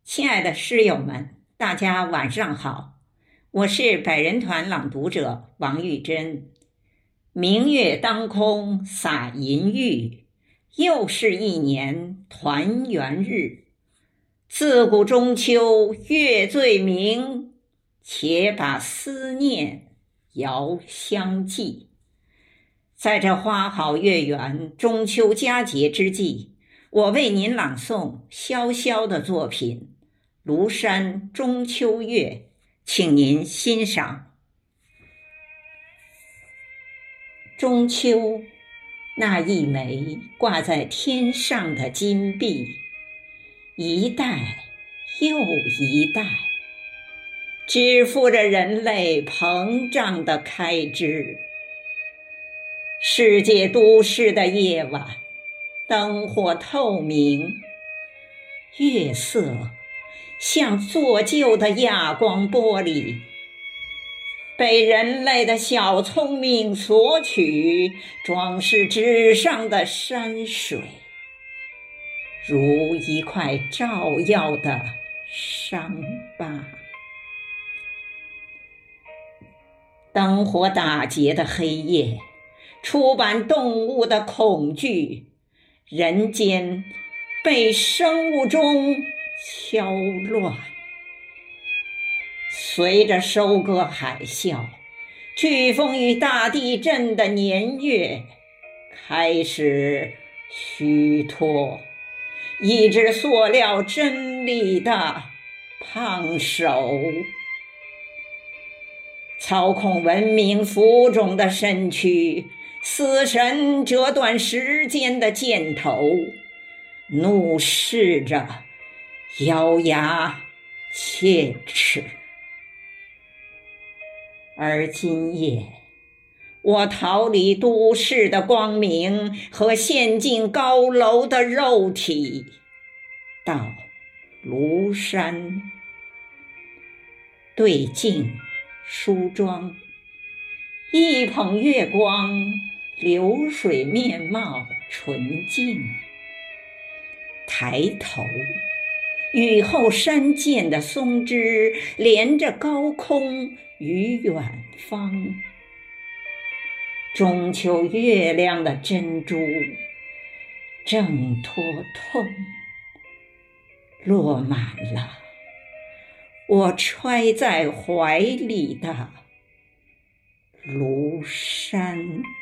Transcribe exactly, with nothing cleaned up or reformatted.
亲爱的诗友们，大家晚上好，我是百人团朗读者王玉珍。明月当空洒银玉，又是一年团圆日。自古中秋月最明，且把思念遥相寄。在这花好月圆、中秋佳节之际，我为您朗诵萧萧的作品《庐山中秋月》，请您欣赏。中秋，那一枚挂在天上的金币，一代又一代，支付着人类膨胀的开支。世界都市的夜晚，灯火透明，月色像做旧的哑光玻璃，被人类的小聪明索取，装饰纸上的山水，如一块照耀的伤疤。灯火打劫的黑夜，出版动物的恐惧，人间被生物钟敲乱。随着收割海啸、飓风与大地震的年月开始虚脱，一只塑料真理的胖手，操控文明浮肿的身躯，死神折断时间的箭头，怒视着，咬牙切齿。而今夜，我逃离都市的光明和陷进高楼的肉体，到庐山，对镜梳妆，一捧月光，流水面貌纯净。抬头，雨后山涧的松枝连着高空与远方，中秋月亮的珍珠挣脱痛，落满了我揣在怀里的庐山。